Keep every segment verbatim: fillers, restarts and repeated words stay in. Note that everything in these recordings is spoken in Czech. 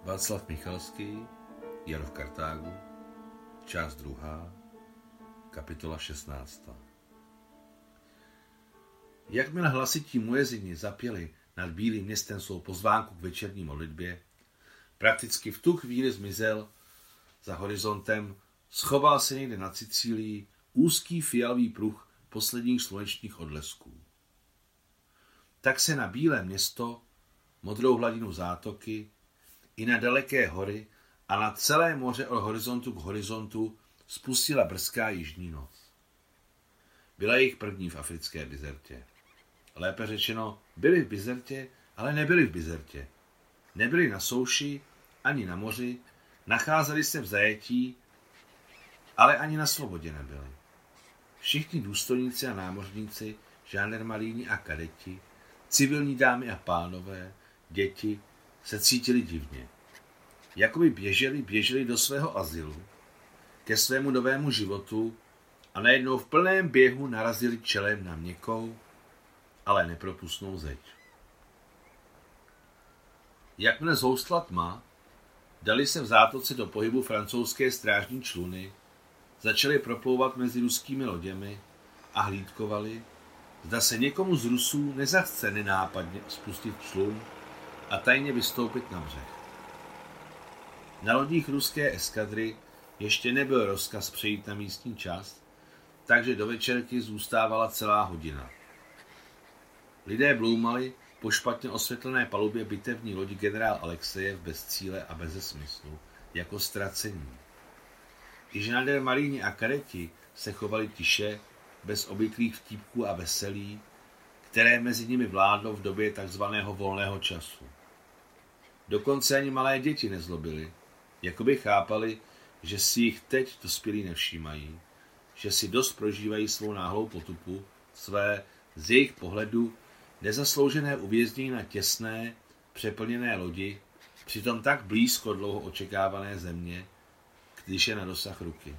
Václav Michalský, Jaro v Kartágu, část druhá, kapitola šestnáctá. Jakmile hlasití muezini zapěli nad Bílým městem svou pozvánku k večerní modlitbě, prakticky v tu chvíli zmizel za horizontem, schoval se někde nad Sicílií úzký fialový pruh posledních slunečních odlesků. Tak se na Bílé město, modrou hladinu zátoky, i na daleké hory a na celé moře od horizontu k horizontu spustila brzká jižní noc. Byla jejich první v africké Bizertě. Lépe řečeno, byli v Bizertě, ale nebyli v Bizertě. Nebyli na souši, ani na moři, nacházeli se v zajetí, ale ani na svobodě nebyli. Všichni důstojníci a námořníci, žandarmaríni a kadeti, civilní dámy a pánové, děti, se cítili divně. Jakoby běželi, běželi do svého azylu, ke svému novému životu a najednou v plném běhu narazili čelem na měkkou, ale nepropustnou zeď. Jakmile zhoustla tma, dali se v zátoce do pohybu francouzské strážní čluny, začali proplouvat mezi ruskými loděmi a hlídkovali, zda se někomu z Rusů nezachce nenápadně spustit člun a tajně vystoupit na břeh. Na lodích ruské eskadry ještě nebyl rozkaz přejít na místní čas, takže do večerky zůstávala celá hodina. Lidé bloumali po špatně osvětlené palubě bitevní lodi generál Alexejev bez cíle a bez smyslu, jako ztracení. I žandarmaríni a kadeti se chovali tiše, bez obvyklých vtípků a veselí, které mezi nimi vládlo v době takzvaného volného času. Dokonce ani malé děti nezlobily, jakoby chápali, že si jich teď dospělí nevšímají, že si dost prožívají svou náhlou potupu, své z jejich pohledu nezasloužené uvěznění na těsné, přeplněné lodi, přitom tak blízko dlouho očekávané země, když je na dosah ruky.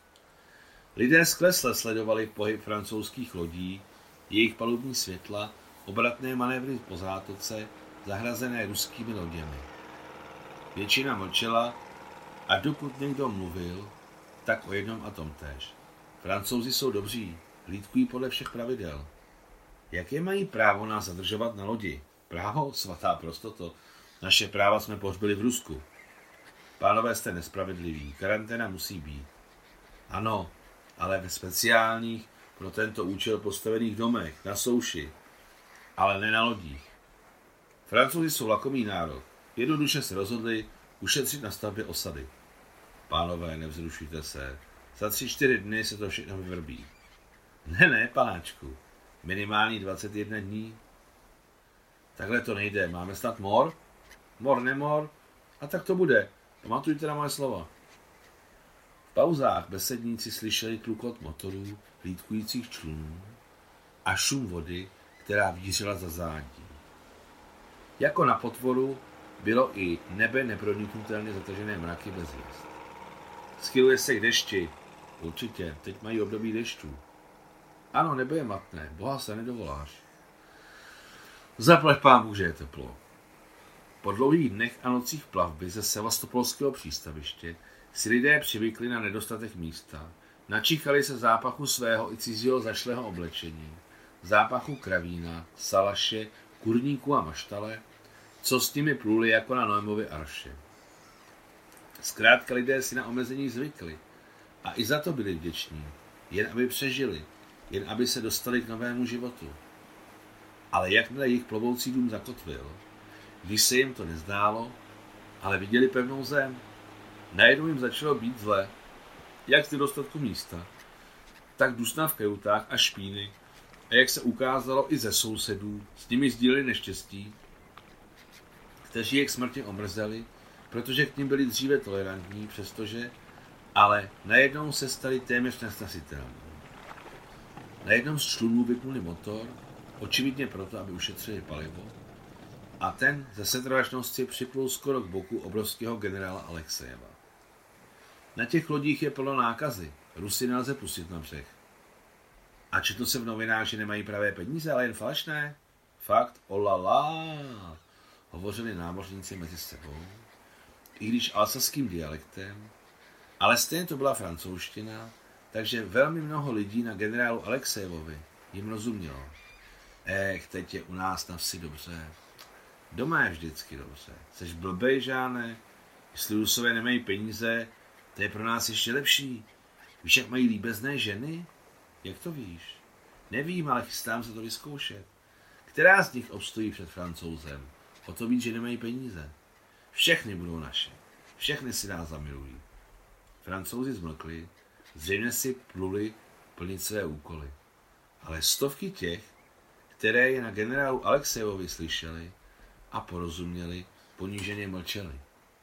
Lidé sklesle sledovali pohyb francouzských lodí, jejich palubní světla, obratné manévry po zátoce, zahrazené ruskými loděmi. Většina mlčela a dokud někdo mluvil, tak o jednom a tom též. Francouzi jsou dobří, hlídkují podle všech pravidel. Jaké mají právo nás zadržovat na lodi? Právo? Svatá prostoto. Naše práva jsme pohřbili v Rusku. Pánové, jste nespravedliví. Karanténa musí být. Ano, ale ve speciálních pro tento účel postavených domech, na souši, ale ne na lodích. Francouzi jsou lakomý národ. Jednoduše se rozhodli ušetřit na stavbě osady. Pánové, nevzrušujte se. Za tři, čtyři dny se to všechno vyvrbí. Ne, ne, panáčku. Minimální dvacet jedna dní. Takhle to nejde. Máme snad mor? Mor, nemor? A tak to bude. Pamatujte na moje slova. V pauzách besedníci slyšeli tlukot motorů, hlídkujících člunů a šum vody, která vířila za zádí. Jako na potvoru bylo i nebe neproniknutelně zatažené mraky bez hvězd. Schyluje se k dešti. Určitě, teď mají období dešťů. Ano, nebe je matné, Boha se nedovoláš. Zaplať pán Bůh, že je teplo. Po dlouhých dnech a nocích plavby ze sevastopolského přístaviště si lidé přivykli na nedostatek místa, načichali se zápachu svého i cizího zašlého oblečení, zápachu kravína, salaše, kurníku a maštale, co s nimi pluli jako na Noemově arše. Zkrátka lidé si na omezení zvykli a i za to byli vděční, jen aby přežili, jen aby se dostali k novému životu. Ale jakmile jejich plovoucí dům zakotvil, když se jim to nezdálo, ale viděli pevnou zem, najednou jim začalo být zle, jak z nedostatku místa, tak dusna v kajutách a špíny, a jak se ukázalo i ze sousedů, s nimi sdíleli neštěstí, kteří je k smrti omrzeli, protože k nim byli dříve tolerantní, přestože, ale najednou se stali téměř nesnesitelní. Na jednom z člunů vypnuli motor, očividně proto, aby ušetřili palivo, a ten ze setrvačnosti připlul skoro k boku obrovského generála Alexejeva. Na těch lodích je plno nákazy, Rusy nelze pustit na břeh. A četl se v novinách, že nemají pravé peníze, ale jen falešné? Fakt? Olala! Hovořili námořníci mezi sebou i když alsaským dialektem, ale stejně to byla francouzština, takže velmi mnoho lidí na generálu Alexejevovi jim rozumělo. Ech, teď je u nás na vsi dobře. Doma je vždycky dobře. Jseš blbej, Žáne? Jestli Rusové nemají peníze, to je pro nás ještě lepší. Víš, jak mají líbezné ženy? Jak to víš? Nevím, ale chystám se to vyzkoušet. Která z nich obstojí před Francouzem? O to víc, že nemají peníze. Všechny budou naše. Všechny si nás zamilují. Francouzi zmlkli, zřejmě si pluli plnit své úkoly. Ale stovky těch, které je na generálu Alexejevovi slyšeli a porozuměli, poníženě mlčeli.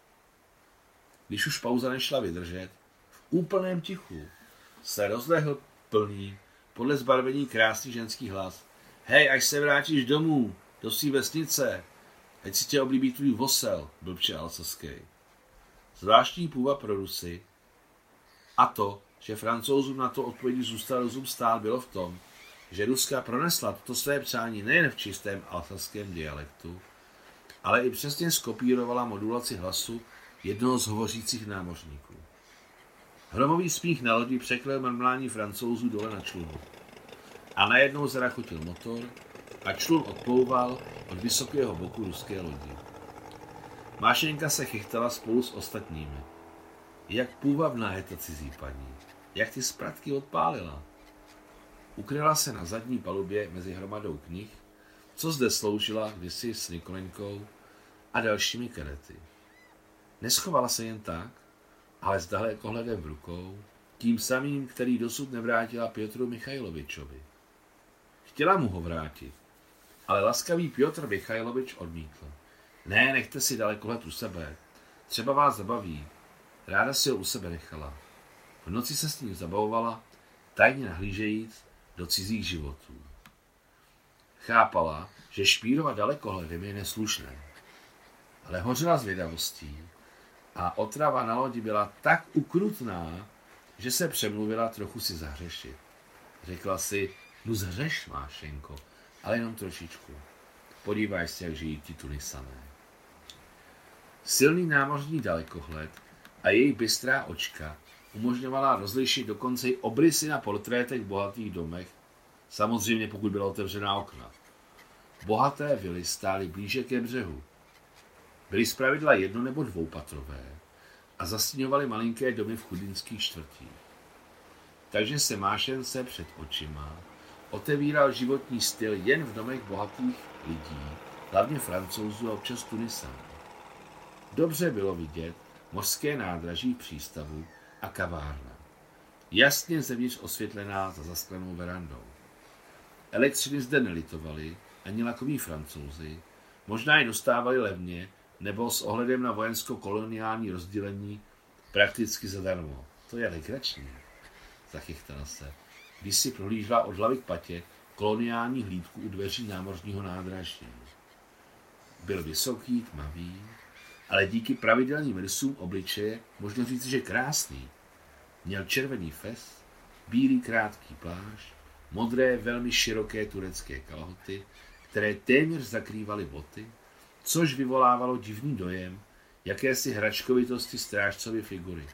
Když už pauza nešla vydržet, v úplném tichu se rozlehl plný, podle zbarvení krásný ženský hlas. Hej, až se vrátíš domů, do svý vesnice, ať si tě oblíbí tvůj vosel, blbče alsaský. Zvláštní půvab pro Rusy a to, že Francouzům na to odpovědi zůstal rozum stál, bylo v tom, že Ruska pronesla toto své přání nejen v čistém alsaském dialektu, ale i přesně skopírovala modulaci hlasu jednoho z hovořících námořníků. Hromový smích na lodi překryl mrmlání Francouzů dole na člunu. A najednou zarachotil motor a člun odplouval od vysokého boku ruské lodi. Mášenka se chychtala spolu s ostatními. Jak půvabná je ta cizí paní. Jak ty spratky odpálila. Ukryla se na zadní palubě mezi hromadou knih, co zde sloužila kdysi s Nikolenkou a dalšími kadety. Neschovala se jen tak, ale s dalekohledem v rukou, tím samým, který dosud nevrátila Pjotru Michajlovičovi. Chtěla mu ho vrátit, ale laskavý Pjotr Michajlovič odmítl. Ne, nechte si dalekohled u sebe, třeba vás zabaví. Ráda si ho u sebe nechala. V noci se s ním zabavovala, tajně nahlížejíc do cizích životů. Chápala, že špírovat dalekohledem je neslušné, ale hořela zvědavostí a otrava na lodi byla tak ukrutná, že se přemluvila trochu si zahřešit. Řekla si, no zhřeš, Mášenko, ale jenom trošičku. Podívaj se, jak žijí ti Tunisané. Silný námořní dalekohled a její bystrá očka umožňovala rozlišit dokonce i obrysy na portrétech v bohatých domech, samozřejmě pokud byla otevřená okna. Bohaté vily stály blíže ke břehu. Byly zpravidla jedno- nebo dvoupatrové a zastíňovaly malinké domy v chudinských čtvrtích. Takže se Mášence před očima otevíral životní styl jen v domech bohatých lidí, hlavně Francouzů a občas Tunisanů. Dobře bylo vidět mořské nádraží v přístavu a kavárna, jasně zevnitř osvětlená za zasklenou verandou. Elektřiny zde nelitovali ani lakoví Francouzi, možná ji dostávali levně nebo s ohledem na vojensko-koloniální rozdělení prakticky zadarmo. To je legrační, zachychtala se, když si prohlížela od hlavy k patě koloniální hlídku u dveří námořního nádraží. Byl vysoký, tmavý, ale díky pravidelným rysům obličeje možno říct, že krásný. Měl červený fes, bílý krátký plášť, modré velmi široké turecké kalhoty, které téměř zakrývaly boty, což vyvolávalo divný dojem jakési hračkovitosti strážcovy figury.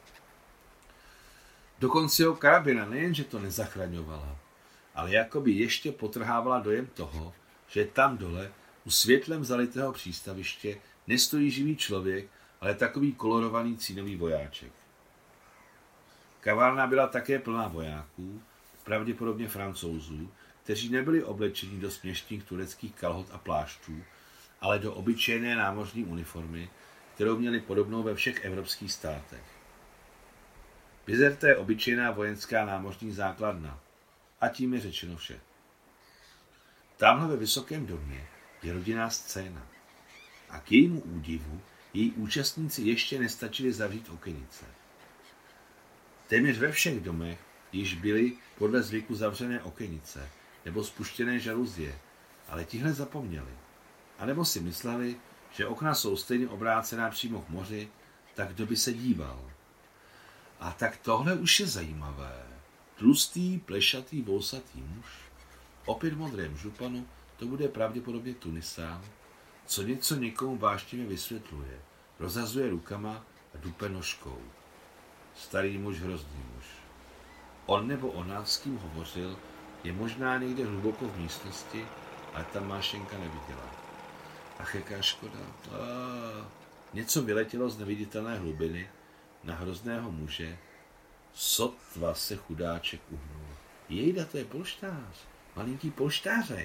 Dokonce jeho karabina nejenže to nezachraňovala, ale jakoby ještě potrhávala dojem toho, že tam dole u světlem zalitého přístaviště nestojí živý člověk, ale takový kolorovaný cínový vojáček. Kavárna byla také plná vojáků, pravděpodobně Francouzů, kteří nebyli oblečeni do směšných tureckých kalhot a plášťů, ale do obyčejné námořní uniformy, kterou měli podobnou ve všech evropských státech. Bizerte je obyčejná vojenská námořní základna a tím je řečeno vše. Tamhle ve vysokém domě je rodinná scéna a k jejímu údivu její účastníci ještě nestačili zavřít okenice. Téměř ve všech domech již byly podle zvyku zavřené okenice nebo spuštěné žaluzie, ale tihle zapomněli. A nebo si mysleli, že okna jsou stejně obrácená přímo k moři, tak kdo by se díval. A tak tohle už je zajímavé. Tlustý, plešatý, vousatý muž, opět v modrém županu, to bude pravděpodobně Tunisán, co něco někomu vášnivě vysvětluje. rozhazuje rukama a dupe nožkou. Starý muž, hrozný muž. On nebo ona, s kým hovořil, je možná někde hluboko v místnosti, ale tam Mášenka neviděla. Ach, jaká škoda. Ah, něco vyletělo z neviditelné hlubiny na hrozného muže. Sotva se chudáček uhnul. Jejda, to je polštář. Malinký polštářek.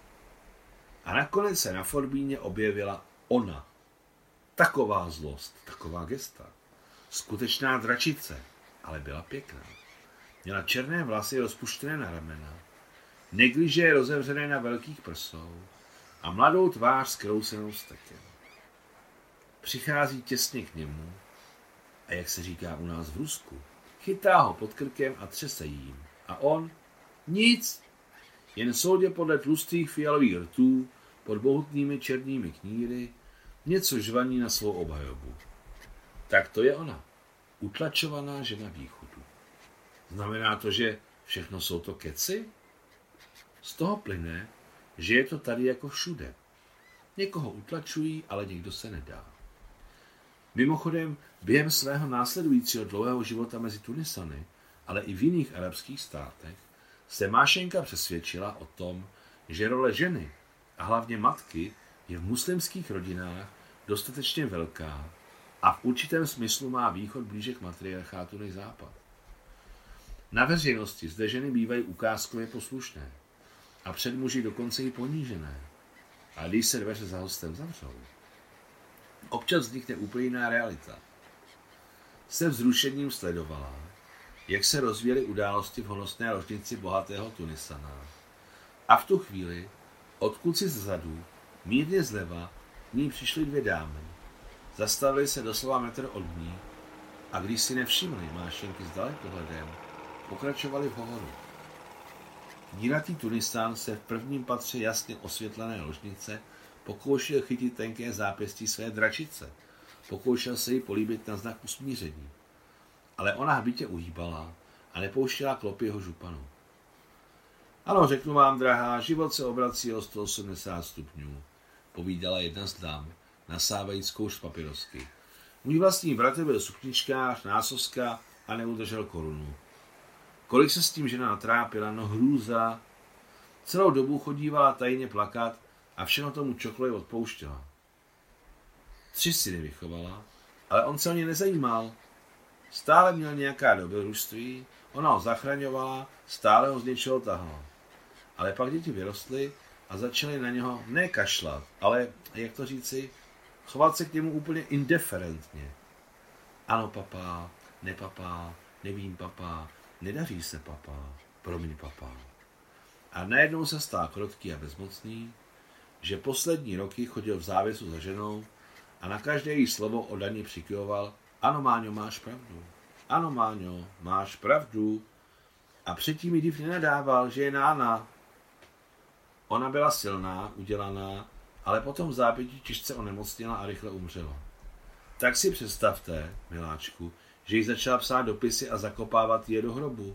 A nakonec se na Forbíně objevila ona. Taková zlost, taková gesta. Skutečná dračice, ale byla pěkná. Měla černé vlasy rozpuštěné na ramena, negliže rozevřené na velkých prsou a mladou tvář s krousenou stekem. Přichází těsně k němu a jak se říká u nás v Rusku, chytá ho pod krkem a třese jím. A on? Nic, jen soudě podle tlustých fialových rtů pod bohutnými černými kníry něco žvaní na svou obhajobu. Tak to je ona, utlačovaná žena východu. Znamená to, že všechno jsou to keci? Z toho plyne, že je to tady jako všude. Někoho utlačují, ale někdo se nedá. Mimochodem, během svého následujícího dlouhého života mezi Tunisany, ale i v jiných arabských státech, se Mášenka přesvědčila o tom, že role ženy a hlavně matky je v muslimských rodinách dostatečně velká a v určitém smyslu má východ blíže k matriarchátu než západ. Na veřejnosti zde ženy bývají ukázkově poslušné a před muži dokonce i ponížené. A když se dveře za hostem zavřou, občas vznikne úplně jiná realita. Se vzrušením sledovala, jak se rozvíjely události v honosné ložnici bohatého Tunisana. A v tu chvíli, odkud si zezadu, mírně zleva, k ní přišly dvě dámy. Zastavili se doslova metr od ní a když si nevšimli Mášenky s dalekohledem, pokračovali v hovoru. Díratý Tunisán se v prvním patře jasně osvětlené ložnice pokoušel chytit tenké zápěstí své dračice. Pokoušel se jí políbit na znak usmíření. Ale ona hbitě uhýbala a nepouštěla klopy jeho županu. Ano, řeknu vám, drahá, život se obrací o sto osmdesát stupňů, povídala jedna z dám, nasávajíc kouř z papirosky. Můj vlastní bratr byl sukničkář, násoska a neudržel korunu. Kolik se s tím žena natrápila, no hrůza. Celou dobu chodívala tajně plakat a všechno tomu čokoliv odpouštěla. Tři syny vychovala, ale on se o ně nezajímal. Stále měl nějaká dobrodružství, ona ho zachraňovala, stále ho z něčeho tahla. Ale pak děti vyrostly a začaly na něho ne kašlat, ale, jak to říci, chovat se k němu úplně indiferentně. Ano, papá, ne papá, nevím, papá, nedaří se, papá, promiň, papá. A najednou se stál krotký a bezmocný, že poslední roky chodil v závěsu za ženou a na každé její slovo oddaně přikyvoval: ano, Máňo, máš pravdu. Ano, Máňo, máš pravdu. A předtím jí div nenadával, že je nána. Ona byla silná, udělaná, ale potom v zápětí těžce onemocněla a rychle umřela. Tak si představte, miláčku, že jí začala psát dopisy a zakopávat je do hrobu.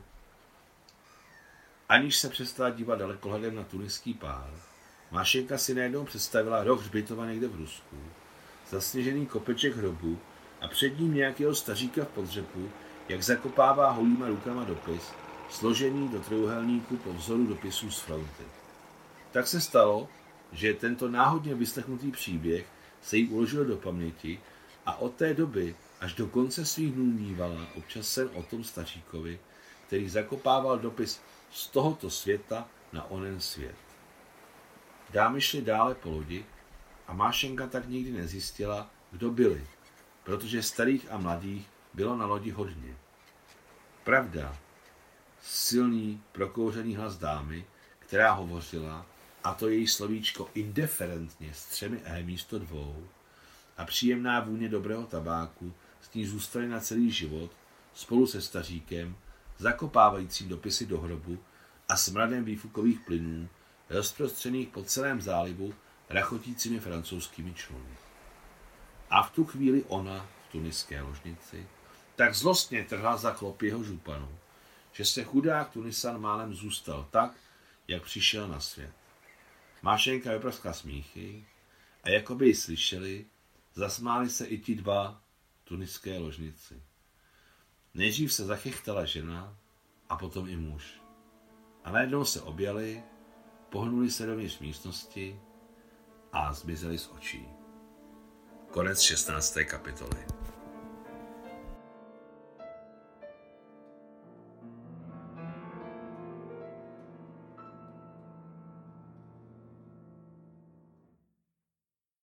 Aniž se přestala dívat dalekohledem na tuniský pár, Mášenka si najednou představila roh hřbitova někde v Rusku, zasněžený kopeček hrobu a před ním nějakého staříka v podřepu, jak zakopává holýma rukama dopis, složený do trojúhelníku po vzoru dopisů z fronty. Tak se stalo, že tento náhodně vyslechnutý příběh se jí uložil do paměti a od té doby až do konce svých dnů mívala občas sen o tom staříkovi, který zakopával dopis z tohoto světa na onen svět. Dámy šly dále po lodi a Mášenka tak nikdy nezjistila, kdo byli, protože starých a mladých bylo na lodi hodně. Pravda, silný, prokouřený hlas dámy, která hovořila, a to její slovíčko indiferentně s třemi e místo dvou, a příjemná vůně dobrého tabáku s ní zůstaly na celý život spolu se staříkem, zakopávajícím dopisy do hrobu a smradem výfukových plynů, rozprostřených po celém zálivu rachotícími francouzskými čluny. A v tu chvíli ona v tuniské ložnici tak zlostně trhla za klop jeho županu, že se chudák Tunisan málem zůstal tak, jak přišel na svět. Mášenka vypraskla smíchy a jako by ji slyšeli, Zasmáli se i ti dva tuniské ložnici. Nejdřív se zachychtala žena a potom i muž. A najednou se objali, pohnuli se dovnitř místnosti a zmizeli z očí. Konec šestnácté kapitoly.